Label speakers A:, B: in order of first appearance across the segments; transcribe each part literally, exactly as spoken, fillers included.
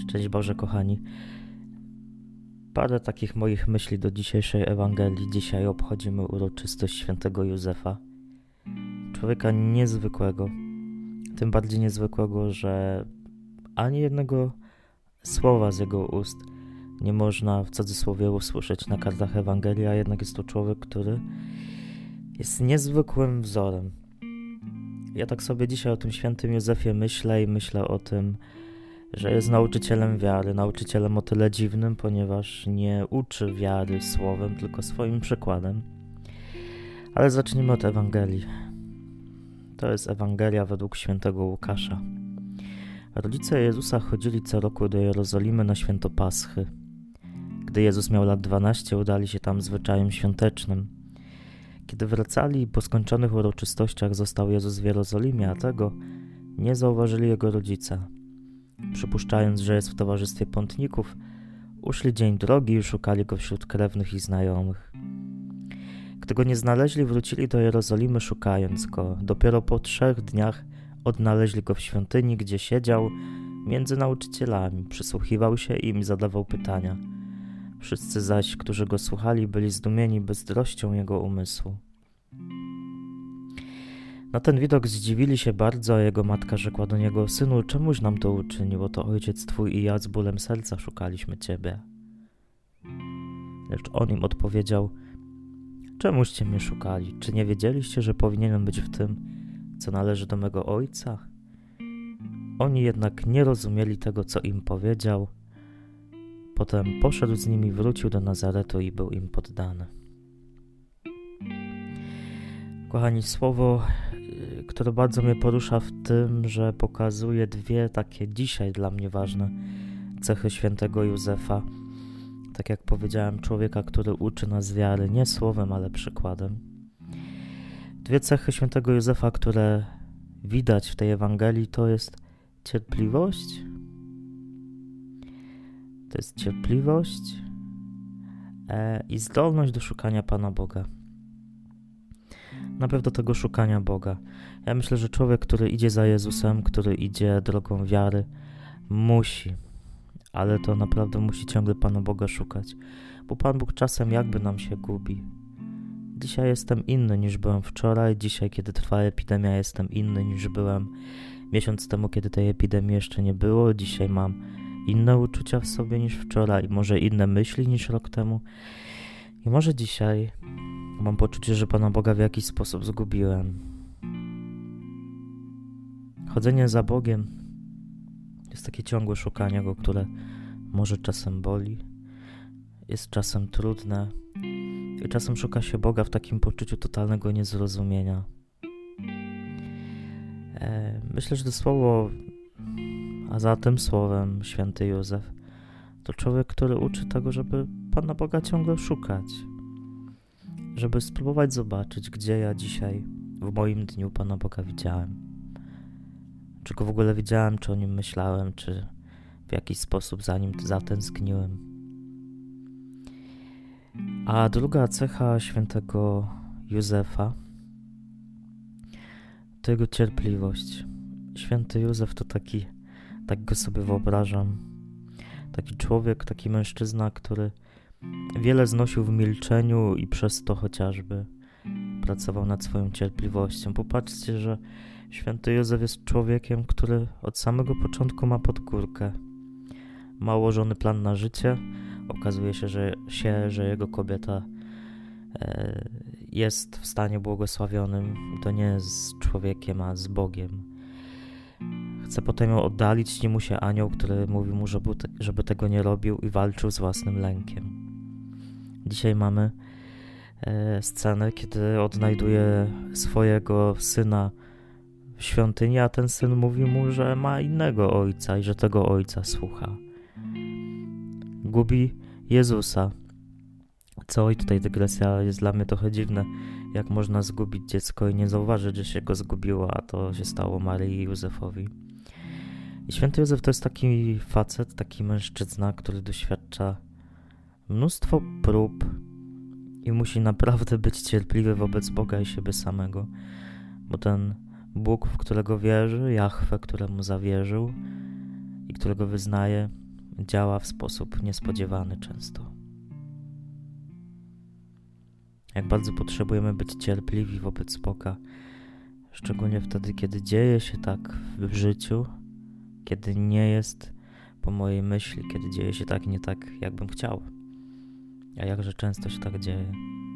A: Szczęść Boże, kochani. Parę takich moich myśli do dzisiejszej Ewangelii. Dzisiaj obchodzimy uroczystość świętego Józefa. Człowieka niezwykłego. Tym bardziej niezwykłego, że ani jednego słowa z jego ust nie można w cudzysłowie usłyszeć na kartach Ewangelii, a jednak jest to człowiek, który jest niezwykłym wzorem. Ja tak sobie dzisiaj o tym świętym Józefie myślę i myślę o tym, że jest nauczycielem wiary, nauczycielem o tyle dziwnym, ponieważ nie uczy wiary słowem, tylko swoim przykładem. Ale zacznijmy od Ewangelii. To jest Ewangelia według świętego Łukasza. Rodzice Jezusa chodzili co roku do Jerozolimy na święto Paschy. Gdy Jezus miał lat dwanaście, udali się tam zwyczajem świątecznym. Kiedy wracali po skończonych uroczystościach, został Jezus w Jerozolimie, a tego nie zauważyli jego rodzice. Przypuszczając, że jest w towarzystwie pątników, uszli dzień drogi i szukali go wśród krewnych i znajomych. Gdy go nie znaleźli, wrócili do Jerozolimy szukając go. Dopiero po trzech dniach odnaleźli go w świątyni, gdzie siedział między nauczycielami, przysłuchiwał się im i zadawał pytania. Wszyscy zaś, którzy go słuchali, byli zdumieni bystrością jego umysłu. Na ten widok zdziwili się bardzo, a jego matka rzekła do niego: Synu, czemuś nam to uczynił? Oto ojciec twój i ja z bólem serca szukaliśmy ciebie. Lecz on im odpowiedział: Czemuście mnie szukali? Czy nie wiedzieliście, że powinienem być w tym, co należy do mego ojca? Oni jednak nie rozumieli tego, co im powiedział. Potem poszedł z nimi, wrócił do Nazaretu i był im poddany. Kochani, słowo, które bardzo mnie porusza w tym, że pokazuje dwie takie dzisiaj dla mnie ważne cechy świętego Józefa. Tak jak powiedziałem, człowieka, który uczy nas wiary nie słowem, ale przykładem. Dwie cechy świętego Józefa, które widać w tej Ewangelii, to jest cierpliwość. To jest cierpliwość e, i zdolność do szukania Pana Boga. Najpierw do tego szukania Boga. Ja myślę, że człowiek, który idzie za Jezusem, który idzie drogą wiary, musi, ale to naprawdę musi ciągle Pana Boga szukać, bo Pan Bóg czasem jakby nam się gubi. Dzisiaj jestem inny niż byłem wczoraj, dzisiaj, kiedy trwa epidemia, jestem inny niż byłem miesiąc temu, kiedy tej epidemii jeszcze nie było. Dzisiaj mam inne uczucia w sobie niż wczoraj, może inne myśli niż rok temu i może dzisiaj mam poczucie, że Pana Boga w jakiś sposób zgubiłem. Chodzenie za Bogiem jest takie ciągłe szukanie Go, które może czasem boli, jest czasem trudne i czasem szuka się Boga w takim poczuciu totalnego niezrozumienia. E, myślę, że to słowo, a za tym słowem święty Józef, to człowiek, który uczy tego, żeby Pana Boga ciągle szukać. Żeby spróbować zobaczyć, gdzie ja dzisiaj w moim dniu Pana Boga widziałem. Czy Go w ogóle widziałem, czy o Nim myślałem, czy w jakiś sposób za Nim zatęskniłem. A druga cecha świętego Józefa to jego cierpliwość. Święty Józef to taki, tak go sobie wyobrażam, taki człowiek, taki mężczyzna, który wiele znosił w milczeniu i przez to chociażby pracował nad swoją cierpliwością. Popatrzcie, że święty Józef jest człowiekiem, który od samego początku ma pod górkę. Ma ułożony plan na życie. Okazuje się, że, się, że jego kobieta e, jest w stanie błogosławionym. To nie z człowiekiem, a z Bogiem. Chce potem ją oddalić, śni mu się anioł, który mówi mu, żeby, żeby tego nie robił i walczył z własnym lękiem. Dzisiaj mamy e, scenę, kiedy odnajduje swojego syna w świątyni, a ten syn mówi mu, że ma innego ojca i że tego ojca słucha. Gubi Jezusa. Co i tutaj dygresja, jest dla mnie trochę dziwne, jak można zgubić dziecko i nie zauważyć, że się go zgubiło, a to się stało Maryi i Józefowi. I święty Józef to jest taki facet, taki mężczyzna, który doświadcza mnóstwo prób i musi naprawdę być cierpliwy wobec Boga i siebie samego, bo ten Bóg, w którego wierzy, Jahwe, któremu zawierzył i którego wyznaje, działa w sposób niespodziewany często. Jak bardzo potrzebujemy być cierpliwi wobec Boga, szczególnie wtedy, kiedy dzieje się tak w życiu, kiedy nie jest po mojej myśli, kiedy dzieje się tak nie tak, jakbym chciał. A jakże często się tak dzieje.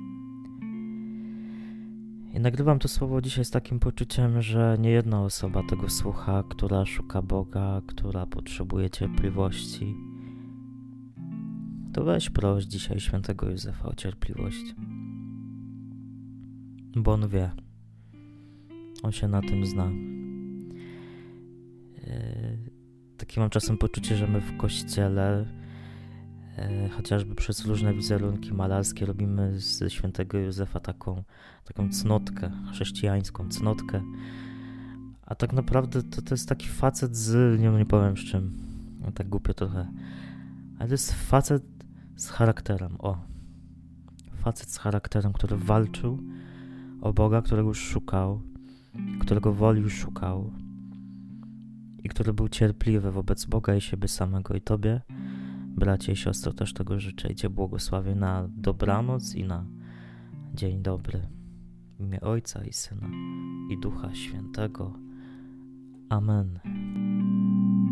A: I nagrywam to słowo dzisiaj z takim poczuciem, że nie jedna osoba tego słucha, która szuka Boga, która potrzebuje cierpliwości. To weź proś dzisiaj świętego Józefa o cierpliwość. Bo on wie. On się na tym zna. Yy, takie mam czasem poczucie, że my w kościele, yy, chociażby przez różne wizerunki malarskie, robimy ze świętego Józefa taką, taką cnotkę, chrześcijańską cnotkę. A tak naprawdę to, to jest taki facet z, nie, nie powiem z czym, no tak głupio trochę, ale to jest facet z charakterem, o. Facet z charakterem, który walczył o Boga, którego już szukał, którego woli już szukał i który był cierpliwy wobec Boga i siebie samego. I Tobie, bracie i siostro, też tego życzę i Cię błogosławię na dobranoc i na dzień dobry. W imię Ojca i Syna i Ducha Świętego. Amen.